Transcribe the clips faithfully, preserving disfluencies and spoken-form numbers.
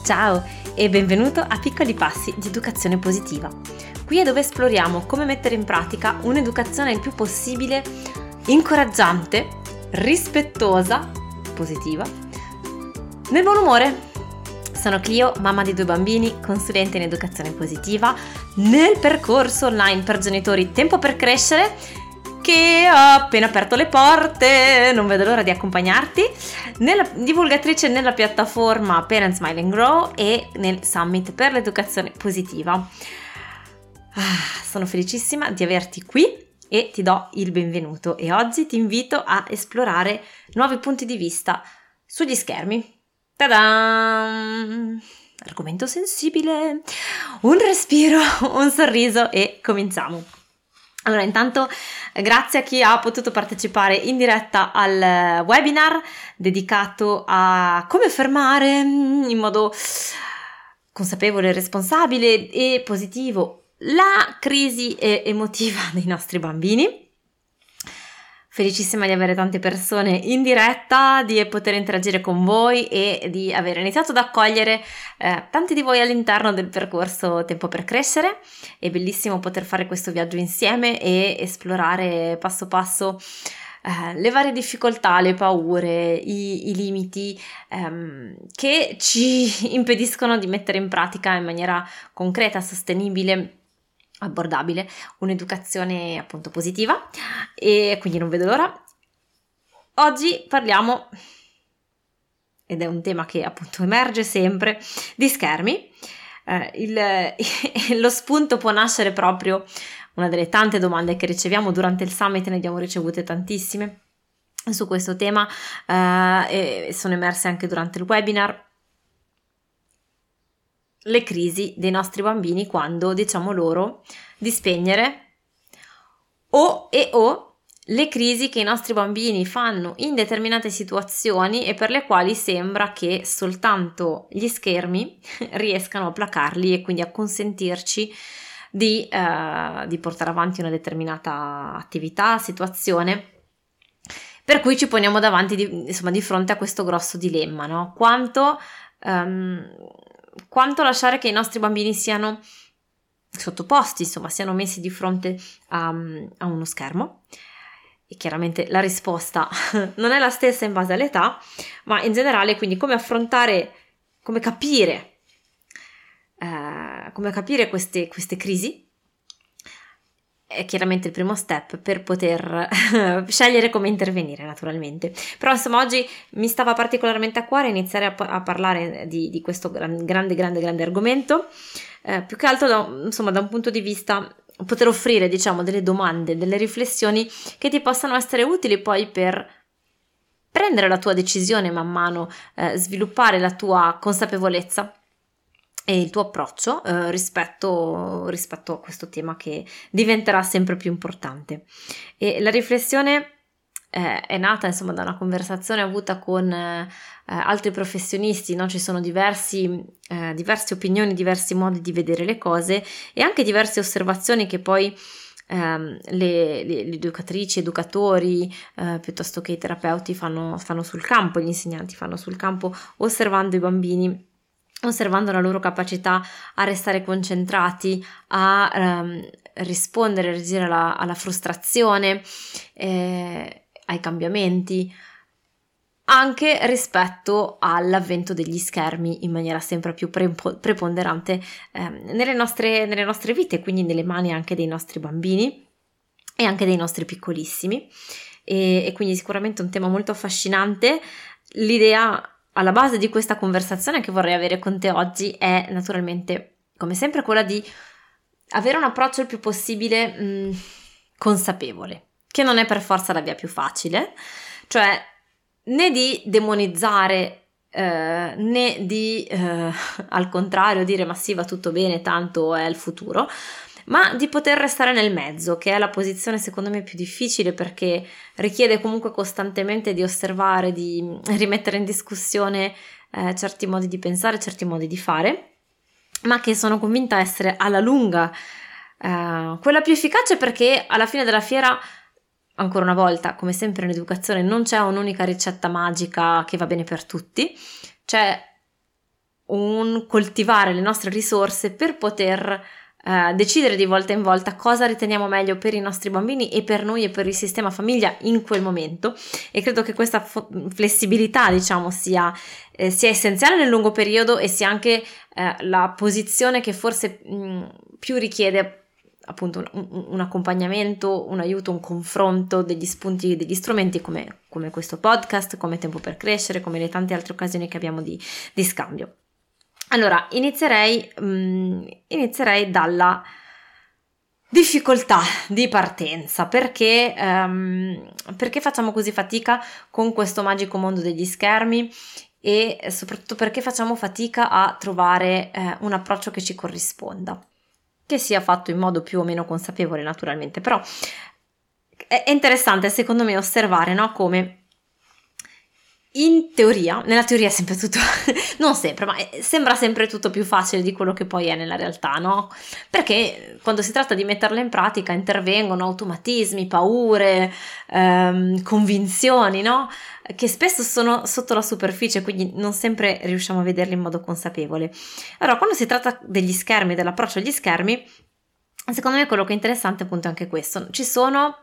Ciao e benvenuto a Piccoli Passi di Educazione Positiva. Qui è dove esploriamo come mettere in pratica un'educazione il più possibile incoraggiante, rispettosa, positiva, nel buon umore. Sono Clio, mamma di due bambini, consulente in educazione positiva, nel percorso online per genitori Tempo per Crescere, che ho appena aperto le porte, non vedo l'ora di accompagnarti, nella, divulgatrice nella piattaforma Parent Smile and Grow e nel Summit per l'educazione positiva. Ah, sono felicissima di averti qui e ti do il benvenuto e oggi ti invito a esplorare nuovi punti di vista sugli schermi. Ta-da! Argomento sensibile, un respiro, un sorriso e cominciamo. Allora, intanto grazie a chi ha potuto partecipare in diretta al webinar dedicato a come fermare in modo consapevole, responsabile e positivo la crisi emotiva dei nostri bambini. Felicissima di avere tante persone in diretta, di poter interagire con voi e di aver iniziato ad accogliere eh, tanti di voi all'interno del percorso Tempo per Crescere. È bellissimo poter fare questo viaggio insieme e esplorare passo passo eh, le varie difficoltà, le paure, i, i limiti ehm, che ci impediscono di mettere in pratica in maniera concreta, sostenibile, abbordabile un'educazione appunto positiva, e quindi non vedo l'ora. Oggi parliamo, ed è un tema che appunto emerge sempre, di schermi. Eh, il, lo spunto può nascere proprio una delle tante domande che riceviamo durante il summit, ne abbiamo ricevute tantissime su questo tema eh, e sono emerse anche durante il webinar. Le crisi dei nostri bambini quando diciamo loro di spegnere o e o le crisi che i nostri bambini fanno in determinate situazioni e per le quali sembra che soltanto gli schermi riescano a placarli e quindi a consentirci di, eh, di portare avanti una determinata attività, situazione, per cui ci poniamo davanti di, insomma di fronte a questo grosso dilemma, no? Quanto um, quanto lasciare che i nostri bambini siano sottoposti, insomma, siano messi di fronte a, a uno schermo. E chiaramente la risposta non è la stessa in base all'età, ma in generale, quindi come affrontare, come capire, eh, come capire queste, queste crisi è chiaramente il primo step per poter scegliere come intervenire, naturalmente. Però insomma oggi mi stava particolarmente a cuore iniziare a, a parlare di, di questo grande grande grande argomento, eh, più che altro da, insomma da un punto di vista poter offrire diciamo delle domande, delle riflessioni che ti possano essere utili poi per prendere la tua decisione man mano, eh, sviluppare la tua consapevolezza e il tuo approccio eh, rispetto, rispetto a questo tema che diventerà sempre più importante. E la riflessione eh, è nata insomma da una conversazione avuta con eh, altri professionisti, no? Ci sono diversi, eh, diverse opinioni, diversi modi di vedere le cose e anche diverse osservazioni che poi ehm, le, le, le educatrici, educatori eh, piuttosto che i terapeuti fanno, fanno sul campo, gli insegnanti fanno sul campo osservando i bambini, osservando la loro capacità a restare concentrati, a ehm, rispondere, a reagire alla, alla frustrazione, eh, ai cambiamenti, anche rispetto all'avvento degli schermi in maniera sempre più prepo- preponderante eh, nelle nostre, nelle nostre vite, quindi nelle mani anche dei nostri bambini e anche dei nostri piccolissimi. E, e quindi sicuramente un tema molto affascinante. L'idea alla base di questa conversazione che vorrei avere con te oggi è naturalmente, come sempre, quella di avere un approccio il più possibile mh, consapevole, che non è per forza la via più facile, cioè né di demonizzare eh, né di eh, al contrario dire ma sì, va tutto bene, tanto è il futuro, ma di poter restare nel mezzo, che è la posizione secondo me più difficile, perché richiede comunque costantemente di osservare, di rimettere in discussione eh, certi modi di pensare, certi modi di fare, ma che sono convinta essere alla lunga eh, quella più efficace, perché alla fine della fiera, ancora una volta, come sempre in educazione, non c'è un'unica ricetta magica che va bene per tutti, c'è un coltivare le nostre risorse per poter Uh, decidere di volta in volta cosa riteniamo meglio per i nostri bambini e per noi e per il sistema famiglia in quel momento, e credo che questa fo- flessibilità diciamo sia, eh, sia essenziale nel lungo periodo e sia anche eh, la posizione che forse mh, più richiede appunto un, un accompagnamento, un aiuto, un confronto degli spunti, degli strumenti come, come questo podcast, come Tempo per Crescere, come le tante altre occasioni che abbiamo di, di scambio. Allora, inizierei, mh, inizierei dalla difficoltà di partenza, perché, um, perché facciamo così fatica con questo magico mondo degli schermi e soprattutto perché facciamo fatica a trovare eh, un approccio che ci corrisponda, che sia fatto in modo più o meno consapevole naturalmente, però è, è interessante secondo me osservare, no, come in teoria, nella teoria è sempre tutto, non sempre, ma sembra sempre tutto più facile di quello che poi è nella realtà, no? Perché quando si tratta di metterla in pratica intervengono automatismi, paure, ehm, convinzioni, no? Che spesso sono sotto la superficie, quindi non sempre riusciamo a vederli in modo consapevole. Allora, quando si tratta degli schermi, dell'approccio agli schermi, secondo me quello che è interessante appunto è anche questo. Ci sono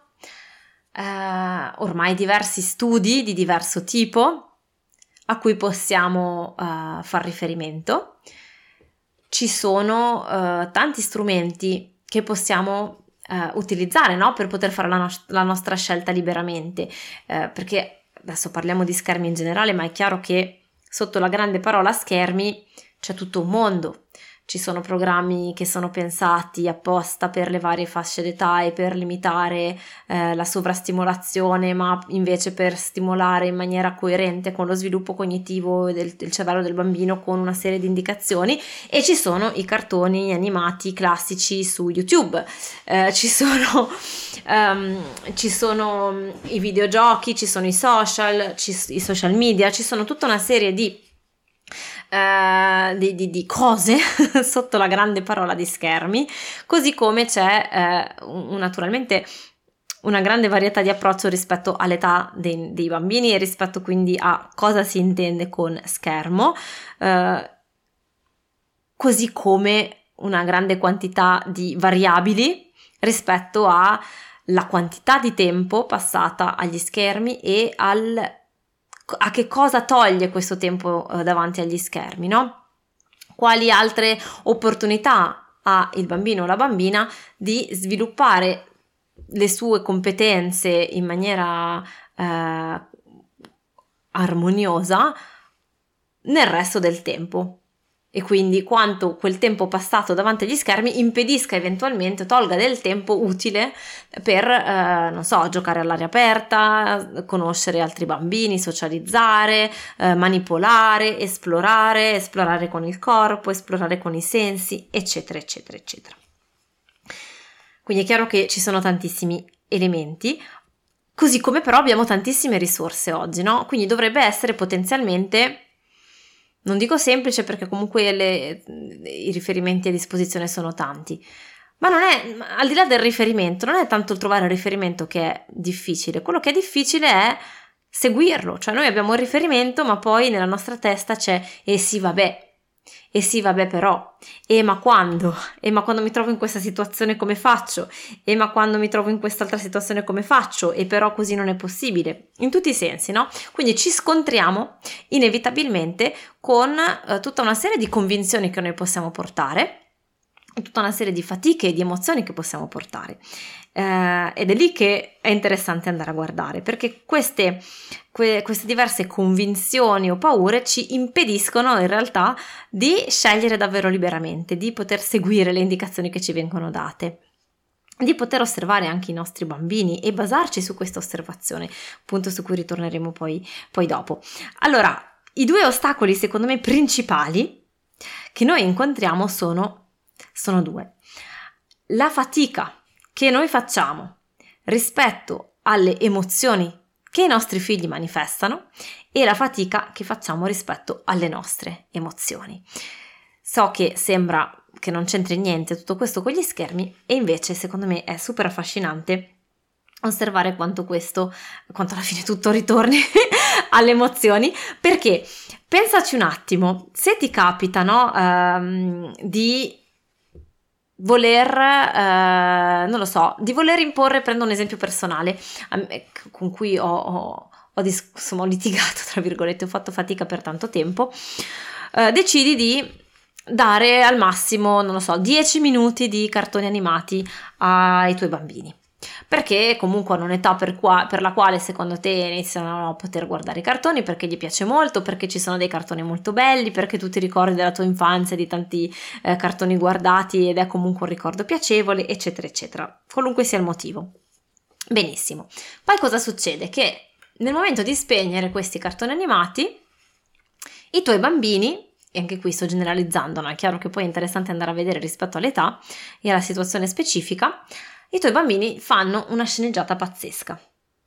Uh, ormai diversi studi di diverso tipo a cui possiamo uh, far riferimento. Ci sono uh, tanti strumenti che possiamo uh, utilizzare, no? Per poter fare la, no- la nostra scelta liberamente, uh, perché adesso parliamo di schermi in generale, ma è chiaro che sotto la grande parola schermi c'è tutto un mondo. Ci sono programmi che sono pensati apposta per le varie fasce d'età e per limitare eh, la sovrastimolazione, ma invece per stimolare in maniera coerente con lo sviluppo cognitivo del, del cervello del bambino con una serie di indicazioni. E ci sono i cartoni animati classici su YouTube, eh, ci sono, um, ci sono i videogiochi, ci sono i social, ci, i social media, ci sono tutta una serie di Uh, di, di, di cose sotto la grande parola di schermi, così come c'è uh, un, naturalmente una grande varietà di approccio rispetto all'età dei, dei bambini e rispetto quindi a cosa si intende con schermo, uh, così come una grande quantità di variabili rispetto alla quantità di tempo passata agli schermi e al a che cosa toglie questo tempo eh, davanti agli schermi, no? Quali altre opportunità ha il bambino o la bambina di sviluppare le sue competenze in maniera eh, armoniosa nel resto del tempo. E quindi quanto quel tempo passato davanti agli schermi impedisca eventualmente, tolga del tempo utile per, eh, non so, giocare all'aria aperta, conoscere altri bambini, socializzare, eh, manipolare, esplorare, esplorare con il corpo, esplorare con i sensi, eccetera, eccetera, eccetera. Quindi è chiaro che ci sono tantissimi elementi, così come però abbiamo tantissime risorse oggi, no? Quindi dovrebbe essere potenzialmente... Non dico semplice perché comunque le, i riferimenti a disposizione sono tanti, ma non è, al di là del riferimento, non è tanto il trovare il riferimento che è difficile, quello che è difficile è seguirlo, cioè noi abbiamo un riferimento ma poi nella nostra testa c'è e sì vabbè, e sì vabbè però, e ma quando, e ma quando mi trovo in questa situazione come faccio, e ma quando mi trovo in quest'altra situazione come faccio, e però così non è possibile, in tutti i sensi, no? Quindi ci scontriamo inevitabilmente con eh, tutta una serie di convinzioni che noi possiamo portare, tutta una serie di fatiche e di emozioni che possiamo portare. Eh, ed è lì che è interessante andare a guardare, perché queste, que, queste diverse convinzioni o paure ci impediscono in realtà di scegliere davvero liberamente, di poter seguire le indicazioni che ci vengono date, di poter osservare anche i nostri bambini e basarci su questa osservazione, punto su cui ritorneremo poi, poi dopo. Allora, i due ostacoli secondo me principali che noi incontriamo sono, sono due. La fatica che noi facciamo rispetto alle emozioni che i nostri figli manifestano e la fatica che facciamo rispetto alle nostre emozioni. So che sembra che non c'entri niente tutto questo con gli schermi e invece secondo me è super affascinante osservare quanto questo, quanto alla fine tutto ritorni alle emozioni, perché pensaci un attimo, se ti capita, no, ehm, di voler, eh, non lo so, di voler imporre, prendo un esempio personale con cui ho, ho, ho, dis- insomma, ho litigato, tra virgolette, ho fatto fatica per tanto tempo, eh, decidi di dare al massimo, non lo so, dieci minuti di cartoni animati ai tuoi bambini. Perché comunque hanno un'età per, qua, per la quale secondo te iniziano a poter guardare i cartoni, perché gli piace molto, perché ci sono dei cartoni molto belli, perché tu ti ricordi della tua infanzia, di tanti eh, cartoni guardati ed è comunque un ricordo piacevole, eccetera, eccetera. Qualunque sia il motivo. Benissimo. Poi cosa succede? Che nel momento di spegnere questi cartoni animati, i tuoi bambini, e anche qui sto generalizzando, no? È chiaro che poi è interessante andare a vedere rispetto all'età e alla situazione specifica, i tuoi bambini fanno una sceneggiata pazzesca.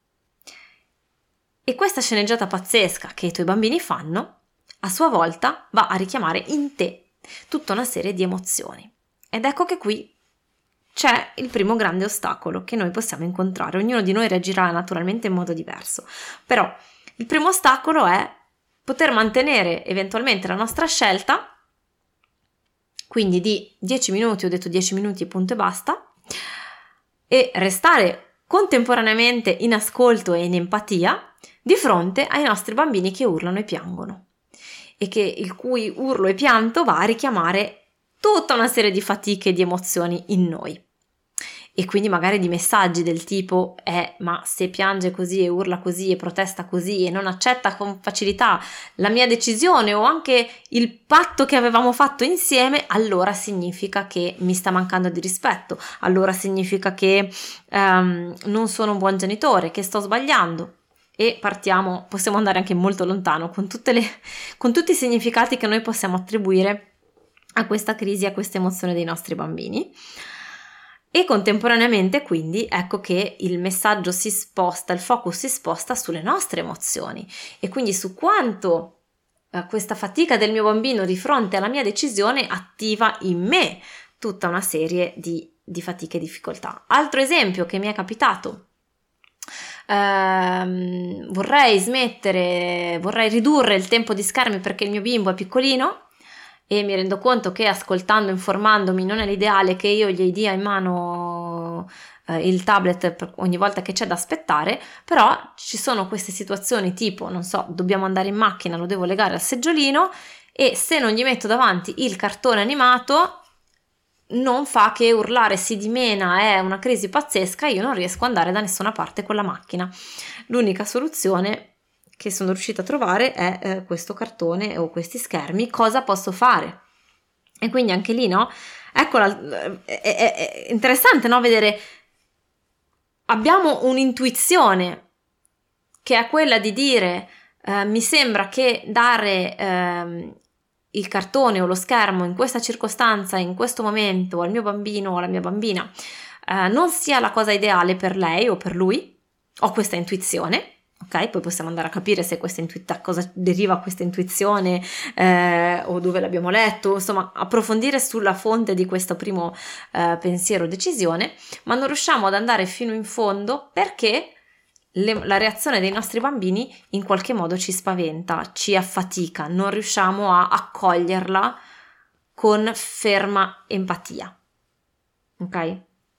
E questa sceneggiata pazzesca che i tuoi bambini fanno, a sua volta va a richiamare in te tutta una serie di emozioni. Ed ecco che qui c'è il primo grande ostacolo che noi possiamo incontrare. Ognuno di noi reagirà naturalmente in modo diverso, però il primo ostacolo è poter mantenere eventualmente la nostra scelta, quindi di dieci minuti, ho detto dieci minuti e punto e basta, e restare contemporaneamente in ascolto e in empatia di fronte ai nostri bambini che urlano e piangono, e che il cui urlo e pianto va a richiamare tutta una serie di fatiche e di emozioni in noi. E quindi magari di messaggi del tipo eh ma se piange così e urla così e protesta così e non accetta con facilità la mia decisione o anche il patto che avevamo fatto insieme, allora significa che mi sta mancando di rispetto, allora significa che um, non sono un buon genitore, che sto sbagliando. E partiamo, possiamo andare anche molto lontano con, tutte le, con tutti i significati che noi possiamo attribuire a questa crisi, a questa emozione dei nostri bambini. E contemporaneamente quindi ecco che il messaggio si sposta, il focus si sposta sulle nostre emozioni e quindi su quanto eh, questa fatica del mio bambino di fronte alla mia decisione attiva in me tutta una serie di, di fatiche e difficoltà. Altro esempio che mi è capitato, ehm, vorrei smettere, vorrei ridurre il tempo di schermi perché il mio bimbo è piccolino, e mi rendo conto che ascoltando, informandomi, non è l'ideale che io gli dia in mano eh, il tablet per ogni volta che c'è da aspettare, però ci sono queste situazioni tipo, non so, dobbiamo andare in macchina, lo devo legare al seggiolino e se non gli metto davanti il cartone animato non fa che urlare, si dimena, è una crisi pazzesca, io non riesco ad andare da nessuna parte con la macchina. L'unica soluzione che sono riuscita a trovare è eh, questo cartone o questi schermi, cosa posso fare? E quindi anche lì, no? Ecco, la, è, è, è interessante, no? Vedere, abbiamo un'intuizione che è quella di dire eh, mi sembra che dare eh, il cartone o lo schermo in questa circostanza, in questo momento al mio bambino o alla mia bambina eh, non sia la cosa ideale per lei o per lui, ho questa intuizione. Ok, poi possiamo andare a capire se questa intuizione, da cosa deriva questa intuizione eh, o dove l'abbiamo letto, insomma approfondire sulla fonte di questo primo eh, pensiero o decisione, ma non riusciamo ad andare fino in fondo perché le, la reazione dei nostri bambini in qualche modo ci spaventa, ci affatica, non riusciamo a accoglierla con ferma empatia. Ok?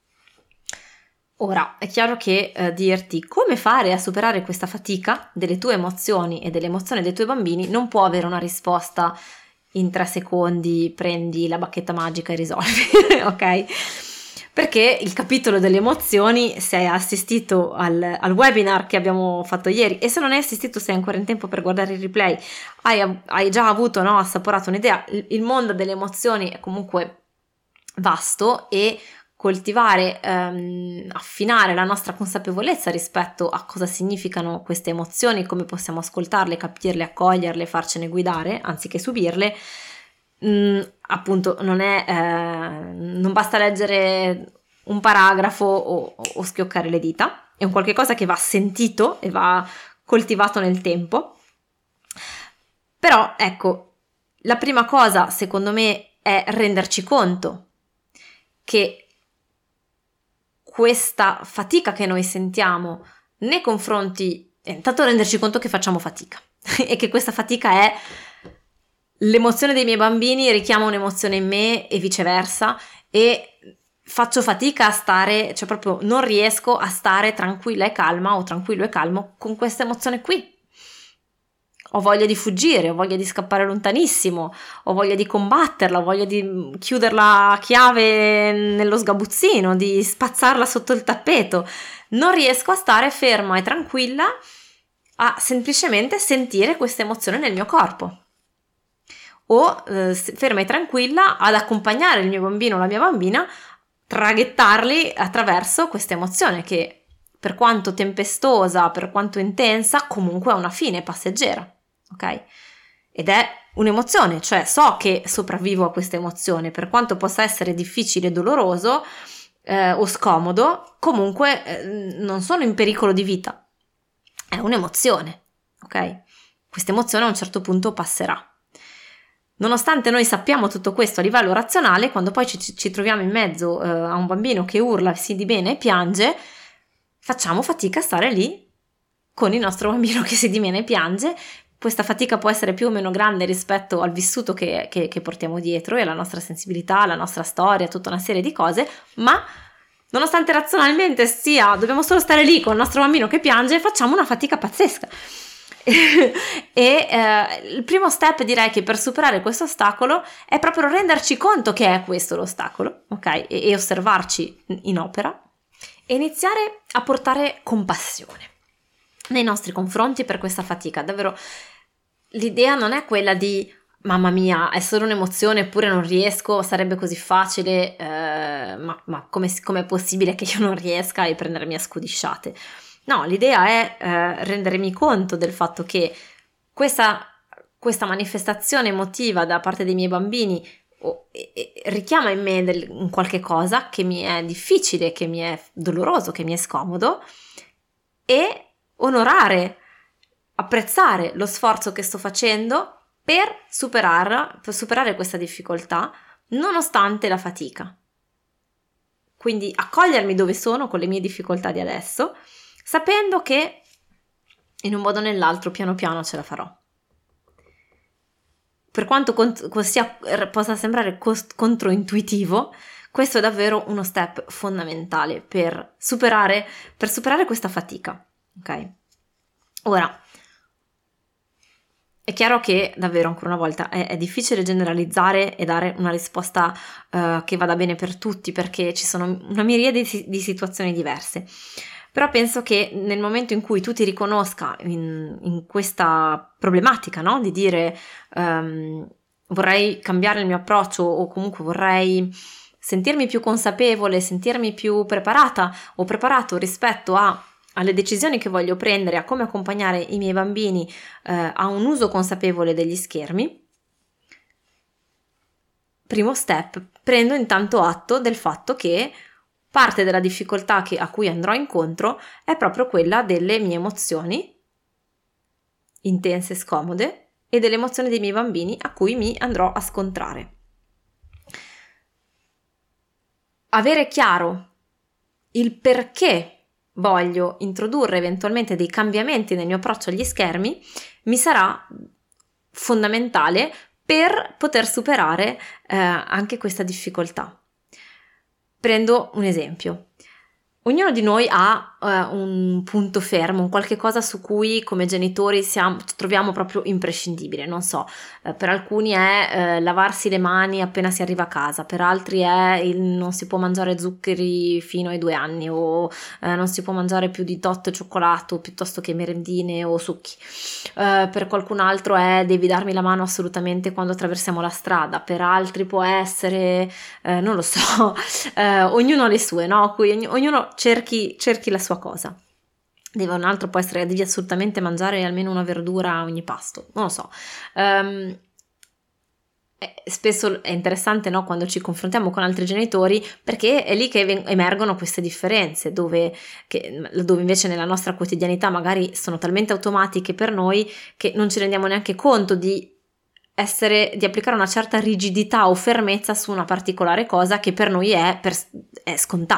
Ora, è chiaro che eh, dirti come fare a superare questa fatica delle tue emozioni e delle emozioni dei tuoi bambini non può avere una risposta in tre secondi, prendi la bacchetta magica e risolvi, ok? Perché il capitolo delle emozioni, se hai assistito al, al webinar che abbiamo fatto ieri e se non hai assistito sei ancora in tempo per guardare il replay, hai, hai già avuto, no, assaporato un'idea, il, il mondo delle emozioni è comunque vasto e coltivare, ehm, affinare la nostra consapevolezza rispetto a cosa significano queste emozioni, come possiamo ascoltarle, capirle, accoglierle, farcene guidare, anziché subirle, mh, appunto non è, eh, non basta leggere un paragrafo o, o schioccare le dita, è un qualche cosa che va sentito e va coltivato nel tempo. Però ecco, la prima cosa secondo me è renderci conto che questa fatica che noi sentiamo nei confronti è intanto renderci conto che facciamo fatica e che questa fatica è l'emozione dei miei bambini richiama un'emozione in me e viceversa, e faccio fatica a stare, cioè proprio non riesco a stare tranquilla e calma o tranquillo e calmo con questa emozione qui. Ho voglia di fuggire, ho voglia di scappare lontanissimo, ho voglia di combatterla, ho voglia di chiuderla a chiave nello sgabuzzino, di spazzarla sotto il tappeto. Non riesco a stare ferma e tranquilla a semplicemente sentire questa emozione nel mio corpo. O eh, ferma e tranquilla ad accompagnare il mio bambino o la mia bambina, traghettarli attraverso questa emozione che, per quanto tempestosa, per quanto intensa, comunque ha una fine passeggera. Ok? Ed è un'emozione, cioè so che sopravvivo a questa emozione, per quanto possa essere difficile, doloroso eh, o scomodo, comunque eh, non sono in pericolo di vita, è un'emozione, ok? Questa emozione a un certo punto passerà. Nonostante noi sappiamo tutto questo a livello razionale, quando poi ci, ci troviamo in mezzo eh, a un bambino che urla, si dimena e piange, facciamo fatica a stare lì con il nostro bambino che si dimena e piange. Questa fatica può essere più o meno grande rispetto al vissuto che, che, che portiamo dietro e alla nostra sensibilità, alla nostra storia, tutta una serie di cose, ma nonostante razionalmente sia, dobbiamo solo stare lì con il nostro bambino che piange, facciamo una fatica pazzesca. e eh, il primo step, direi che per superare questo ostacolo è proprio renderci conto che è questo l'ostacolo, ok? E, e osservarci in opera e iniziare a portare compassione nei nostri confronti per questa fatica. Davvero, l'idea non è quella di mamma mia, è solo un'emozione, eppure non riesco, sarebbe così facile, eh, ma, ma come è possibile che io non riesca, e prendermi a scudisciate? No, l'idea è eh, rendermi conto del fatto che questa, questa manifestazione emotiva da parte dei miei bambini oh, e, e, richiama in me del, un qualche cosa che mi è difficile, che mi è doloroso, che mi è scomodo, e onorare, apprezzare lo sforzo che sto facendo per superarla, per superare questa difficoltà, nonostante la fatica. Quindi accogliermi dove sono con le mie difficoltà di adesso, sapendo che in un modo o nell'altro piano piano ce la farò. Per quanto cont- sia, possa sembrare cost- controintuitivo, questo è davvero uno step fondamentale per superare, per superare questa fatica. Ok? Ora, è chiaro che davvero, ancora una volta, è, è difficile generalizzare e dare una risposta uh, che vada bene per tutti, perché ci sono una miriade di, di situazioni diverse. Però penso che nel momento in cui tu ti riconosca in, in questa problematica, no? Di dire um, vorrei cambiare il mio approccio, o comunque vorrei sentirmi più consapevole, sentirmi più preparata o preparato rispetto a alle decisioni che voglio prendere, a come accompagnare i miei bambini eh, a un uso consapevole degli schermi, primo step, prendo intanto atto del fatto che parte della difficoltà che, a cui andrò incontro è proprio quella delle mie emozioni intense e scomode e delle emozioni dei miei bambini a cui mi andrò a scontrare. Avere chiaro il perché voglio introdurre eventualmente dei cambiamenti nel mio approccio agli schermi mi sarà fondamentale per poter superare eh, anche questa difficoltà. Prendo un esempio. Ognuno di noi ha uh, un punto fermo, un qualche cosa su cui come genitori siamo, troviamo proprio imprescindibile. Non so, uh, per alcuni è uh, lavarsi le mani appena si arriva a casa, per altri è il non si può mangiare zuccheri fino ai due anni, o uh, non si può mangiare più di tot cioccolato piuttosto che merendine o succhi. Uh, per qualcun altro è devi darmi la mano assolutamente quando attraversiamo la strada, per altri può essere, uh, non lo so, uh, ognuno ha le sue, no? Cui ogn- ognuno cerchi, cerchi la sua cosa. Deve, un altro può essere devi assolutamente mangiare almeno una verdura a ogni pasto, non lo so. Um, eh, spesso è interessante, no, quando ci confrontiamo con altri genitori, perché è lì che emergono queste differenze, dove, che, dove invece nella nostra quotidianità magari sono talmente automatiche per noi che non ci rendiamo neanche conto di essere, di applicare una certa rigidità o fermezza su una particolare cosa che per noi è, per, è scontata.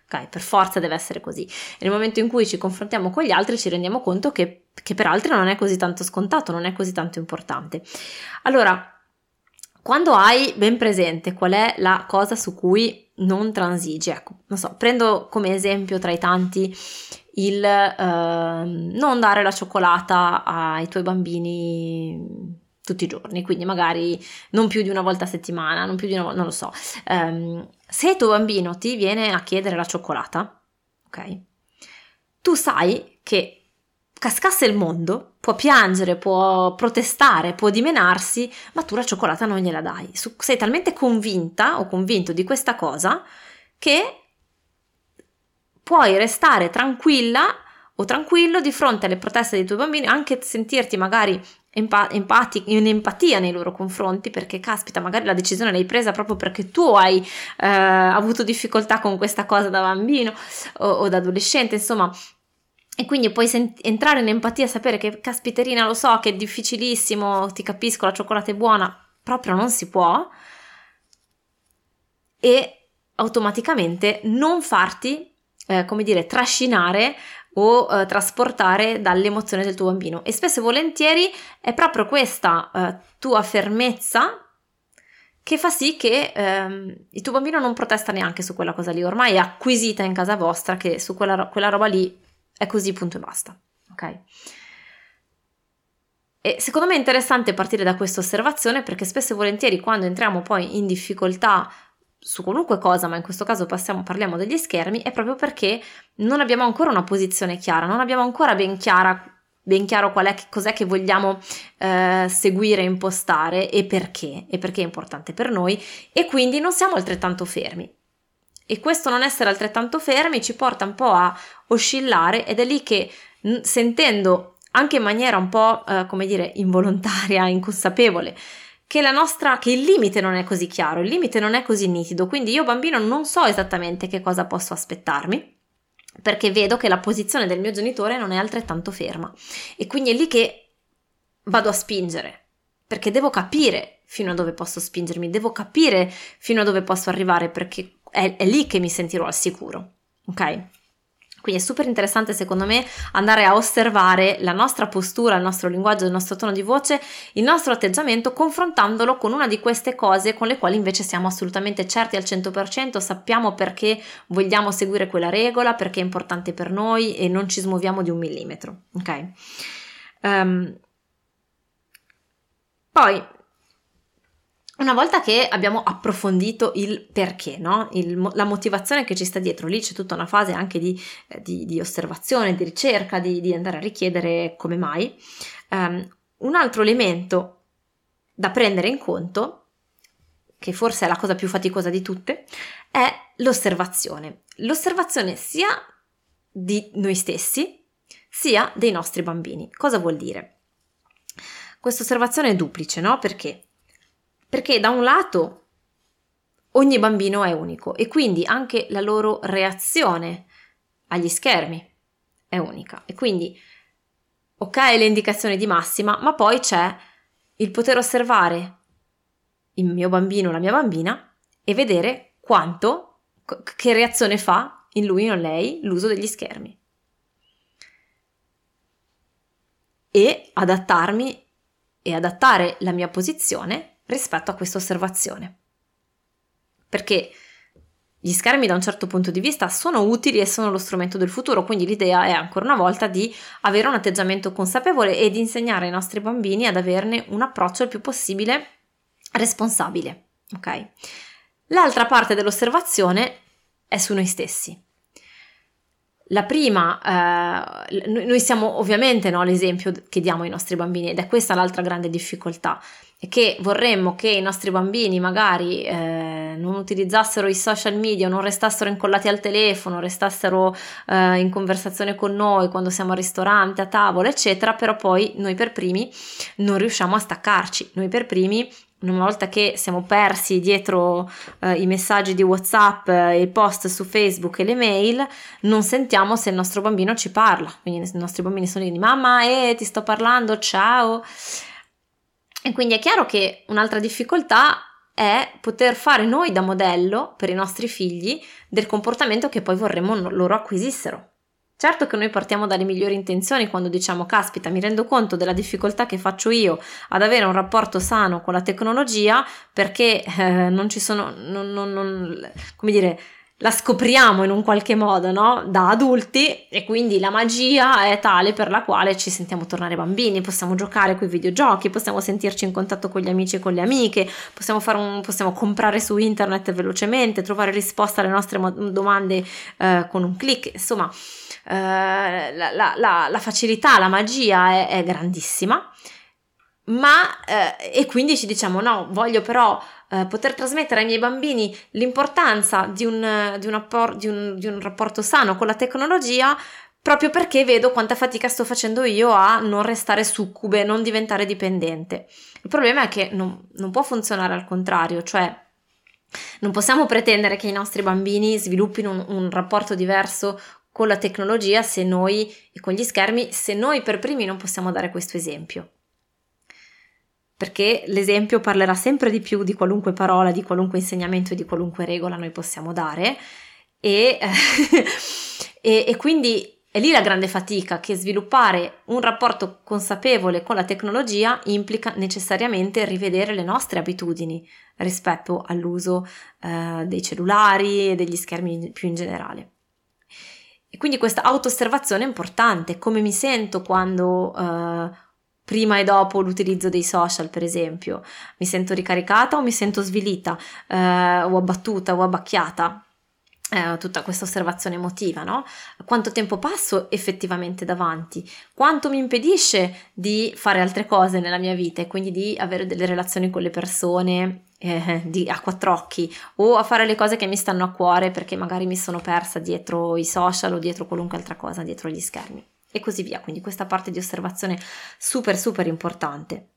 Ok, per forza deve essere così. E nel momento in cui ci confrontiamo con gli altri ci rendiamo conto che, che per altri non è così tanto scontato, non è così tanto importante. Allora, quando hai ben presente qual è la cosa su cui non transigi, ecco, non so, prendo come esempio tra i tanti il eh, non dare la cioccolata ai tuoi bambini tutti i giorni, quindi magari non più di una volta a settimana, non più di una volta, non lo so. Um, se il tuo bambino ti viene a chiedere la cioccolata, ok? Tu sai che cascasse il mondo, può piangere, può protestare, può dimenarsi, ma tu la cioccolata non gliela dai. Sei talmente convinta o convinto di questa cosa che puoi restare tranquilla o tranquillo di fronte alle proteste dei tuoi bambini, anche sentirti magari empa- empati- in empatia nei loro confronti, perché caspita, magari la decisione l'hai presa proprio perché tu hai eh, avuto difficoltà con questa cosa da bambino o, o da adolescente, insomma. E quindi puoi sent- entrare in empatia, sapere che caspiterina, lo so che è difficilissimo, ti capisco, la cioccolata è buona, proprio non si può, e automaticamente non farti, eh, come dire, trascinare o eh, trasportare dall'emozione del tuo bambino. E spesso e volentieri è proprio questa eh, tua fermezza che fa sì che ehm, il tuo bambino non protesta neanche su quella cosa lì, ormai è acquisita in casa vostra che su quella, quella roba lì è così, punto e basta, ok? E secondo me è interessante partire da questa osservazione, perché spesso e volentieri quando entriamo poi in difficoltà su qualunque cosa, ma in questo caso passiamo, parliamo degli schermi, è proprio perché non abbiamo ancora una posizione chiara, non abbiamo ancora ben chiara, ben chiaro qual è, che cos'è che vogliamo eh, seguire, impostare e perché, e perché è importante per noi, e quindi non siamo altrettanto fermi. E questo non essere altrettanto fermi ci porta un po' a oscillare, ed è lì che n- sentendo anche in maniera un po' eh, come dire involontaria, inconsapevole, che la nostra che il limite non è così chiaro, il limite non è così nitido, quindi io bambino non so esattamente che cosa posso aspettarmi, perché vedo che la posizione del mio genitore non è altrettanto ferma, e quindi è lì che vado a spingere, perché devo capire fino a dove posso spingermi, devo capire fino a dove posso arrivare, perché è, è lì che mi sentirò al sicuro, ok? Quindi è super interessante secondo me andare a osservare la nostra postura, il nostro linguaggio, il nostro tono di voce, il nostro atteggiamento, confrontandolo con una di queste cose con le quali invece siamo assolutamente certi al cento per cento, sappiamo perché vogliamo seguire quella regola, perché è importante per noi e non ci smuoviamo di un millimetro, ok? Um, poi, una volta che abbiamo approfondito il perché, no? il, la motivazione che ci sta dietro, lì c'è tutta una fase anche di, eh, di, di osservazione, di ricerca, di, di andare a richiedere come mai. Um, un altro elemento da prendere in conto, che forse è la cosa più faticosa di tutte, è l'osservazione. L'osservazione sia di noi stessi, sia dei nostri bambini. Cosa vuol dire? Questa osservazione è duplice, no? Perché? Perché da un lato ogni bambino è unico e quindi anche la loro reazione agli schermi è unica, e quindi ok le indicazioni di massima, ma poi c'è il poter osservare il mio bambino, la mia bambina, e vedere quanto, che reazione fa in lui o in lei l'uso degli schermi, e adattarmi e adattare la mia posizione rispetto a questa osservazione, perché gli schermi da un certo punto di vista sono utili e sono lo strumento del futuro, quindi l'idea è ancora una volta di avere un atteggiamento consapevole e di insegnare ai nostri bambini ad averne un approccio il più possibile responsabile, ok? L'altra parte dell'osservazione è su noi stessi. La prima, eh, noi siamo ovviamente, no, l'esempio che diamo ai nostri bambini, ed è questa l'altra grande difficoltà, è che vorremmo che i nostri bambini magari eh, non utilizzassero i social media, non restassero incollati al telefono, restassero eh, in conversazione con noi quando siamo al ristorante, a tavola, eccetera, però poi noi per primi non riusciamo a staccarci, noi per primi una volta che siamo persi dietro eh, i messaggi di WhatsApp, eh, i post su Facebook e le mail, non sentiamo se il nostro bambino ci parla, quindi i nostri bambini sono lì di mamma, eh, ti sto parlando, ciao. E quindi è chiaro che un'altra difficoltà è poter fare noi da modello per i nostri figli del comportamento che poi vorremmo loro acquisissero. Certo che noi partiamo dalle migliori intenzioni quando diciamo caspita, mi rendo conto della difficoltà che faccio io ad avere un rapporto sano con la tecnologia perché eh, non ci sono, non, non, non, come dire, la scopriamo in un qualche modo, no? Da adulti, e quindi la magia è tale per la quale ci sentiamo tornare bambini, possiamo giocare con i videogiochi, possiamo sentirci in contatto con gli amici e con le amiche, possiamo, fare un, possiamo comprare su internet velocemente, trovare risposta alle nostre mo- domande eh, con un click, insomma eh, la, la, la, la facilità, la magia è, è grandissima. Ma eh, e quindi ci diciamo no, voglio però eh, poter trasmettere ai miei bambini l'importanza di un, di, un appor- di, un, di un rapporto sano con la tecnologia, proprio perché vedo quanta fatica sto facendo io a non restare succube, non diventare dipendente. Il problema è che non, non può funzionare al contrario, cioè non possiamo pretendere che i nostri bambini sviluppino un, un rapporto diverso con la tecnologia se noi e con gli schermi, se noi per primi non possiamo dare questo esempio. Perché l'esempio parlerà sempre di più di qualunque parola, di qualunque insegnamento e di qualunque regola noi possiamo dare e, e, e quindi è lì la grande fatica, che sviluppare un rapporto consapevole con la tecnologia implica necessariamente rivedere le nostre abitudini rispetto all'uso eh, dei cellulari e degli schermi più in generale. E quindi questa auto-osservazione è importante, come mi sento quando eh, prima e dopo l'utilizzo dei social, per esempio, mi sento ricaricata o mi sento svilita, eh, o abbattuta o abbacchiata, eh, tutta questa osservazione emotiva, no? Quanto tempo passo effettivamente davanti, quanto mi impedisce di fare altre cose nella mia vita e quindi di avere delle relazioni con le persone eh, di, a quattro occhi, o a fare le cose che mi stanno a cuore perché magari mi sono persa dietro i social o dietro qualunque altra cosa, dietro gli schermi. E così via, quindi questa parte di osservazione super super importante.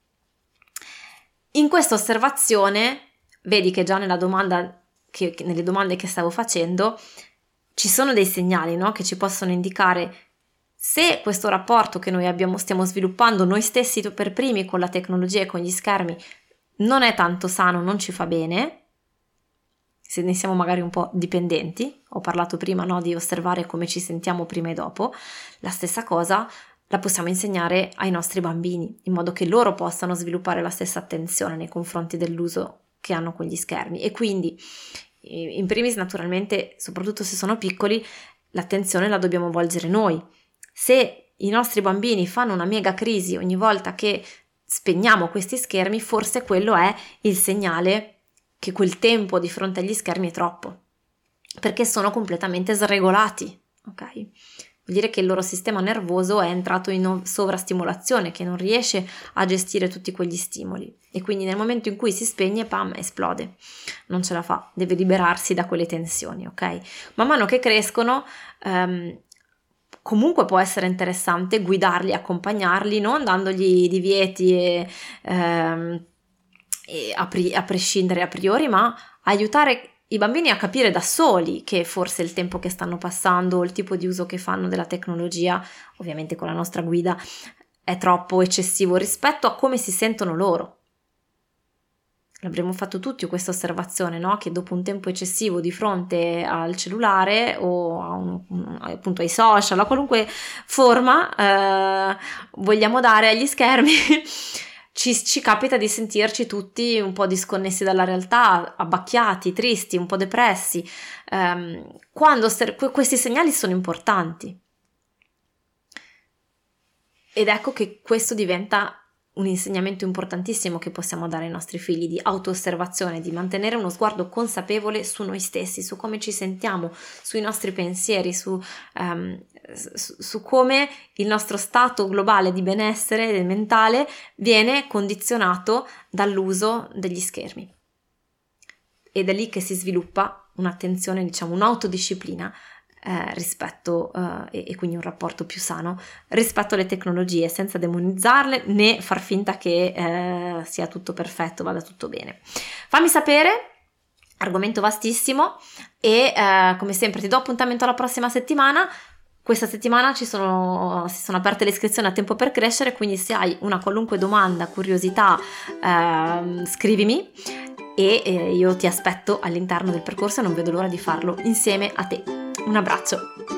In questa osservazione, vedi che già nella domanda, che, che nelle domande che stavo facendo, ci sono dei segnali, no? Che ci possono indicare se questo rapporto che noi abbiamo, stiamo sviluppando noi stessi per primi con la tecnologia e con gli schermi non è tanto sano, non ci fa bene, se ne siamo magari un po' dipendenti. Ho parlato prima, no, di osservare come ci sentiamo prima e dopo. La stessa cosa la possiamo insegnare ai nostri bambini, in modo che loro possano sviluppare la stessa attenzione nei confronti dell'uso che hanno con gli schermi. E quindi, in primis, naturalmente, soprattutto se sono piccoli, l'attenzione la dobbiamo volgere noi. Se i nostri bambini fanno una mega crisi ogni volta che spegniamo questi schermi, forse quello è il segnale che quel tempo di fronte agli schermi è troppo, perché sono completamente sregolati, ok? Vuol dire che il loro sistema nervoso è entrato in sovrastimolazione, che non riesce a gestire tutti quegli stimoli e quindi nel momento in cui si spegne, pam, esplode, non ce la fa, deve liberarsi da quelle tensioni, ok? Man mano che crescono, ehm, comunque può essere interessante guidarli, accompagnarli, non dandogli divieti e ehm, A, pri- a prescindere a priori, ma aiutare i bambini a capire da soli che forse il tempo che stanno passando o il tipo di uso che fanno della tecnologia, ovviamente con la nostra guida, è troppo eccessivo rispetto a come si sentono loro. L'avremmo fatto tutti questa osservazione, no? Che dopo un tempo eccessivo di fronte al cellulare o a un, appunto ai social, a qualunque forma eh, vogliamo dare agli schermi, Ci, ci capita di sentirci tutti un po' disconnessi dalla realtà, abbacchiati, tristi, un po' depressi, um, quando ser- questi segnali sono importanti. Ed ecco che questo diventa un insegnamento importantissimo che possiamo dare ai nostri figli, di auto-osservazione, di mantenere uno sguardo consapevole su noi stessi, su come ci sentiamo, sui nostri pensieri, su, um, su, su come il nostro stato globale di benessere mentale viene condizionato dall'uso degli schermi. Ed è lì che si sviluppa un'attenzione, diciamo, un'autodisciplina Eh, rispetto eh, e, e quindi un rapporto più sano rispetto alle tecnologie, senza demonizzarle né far finta che eh, sia tutto perfetto, vada tutto bene. Fammi sapere, argomento vastissimo e eh, come sempre ti do appuntamento alla prossima settimana. Questa settimana ci sono, si sono aperte le iscrizioni a Tempo per Crescere, quindi se hai una qualunque domanda, curiosità, eh, scrivimi. e eh, io ti aspetto all'interno del percorso e non vedo l'ora di farlo insieme a te. Un abbraccio!